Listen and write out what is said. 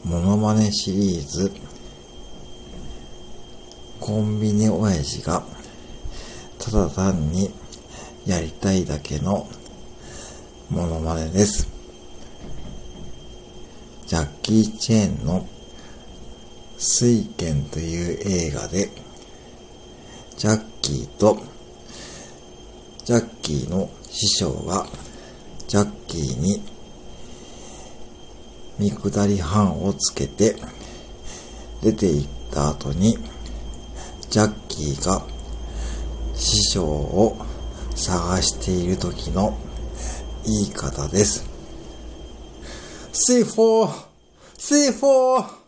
モノマネシリーズ、コンビニ親父がただ単にやりたいだけのモノマネです。ジャッキー・チェーンの酔拳という映画で、ジャッキーとジャッキーの師匠がジャッキーに見下り班をつけて出て行った後に、ジャッキーが師匠を探している時の言い方です。C4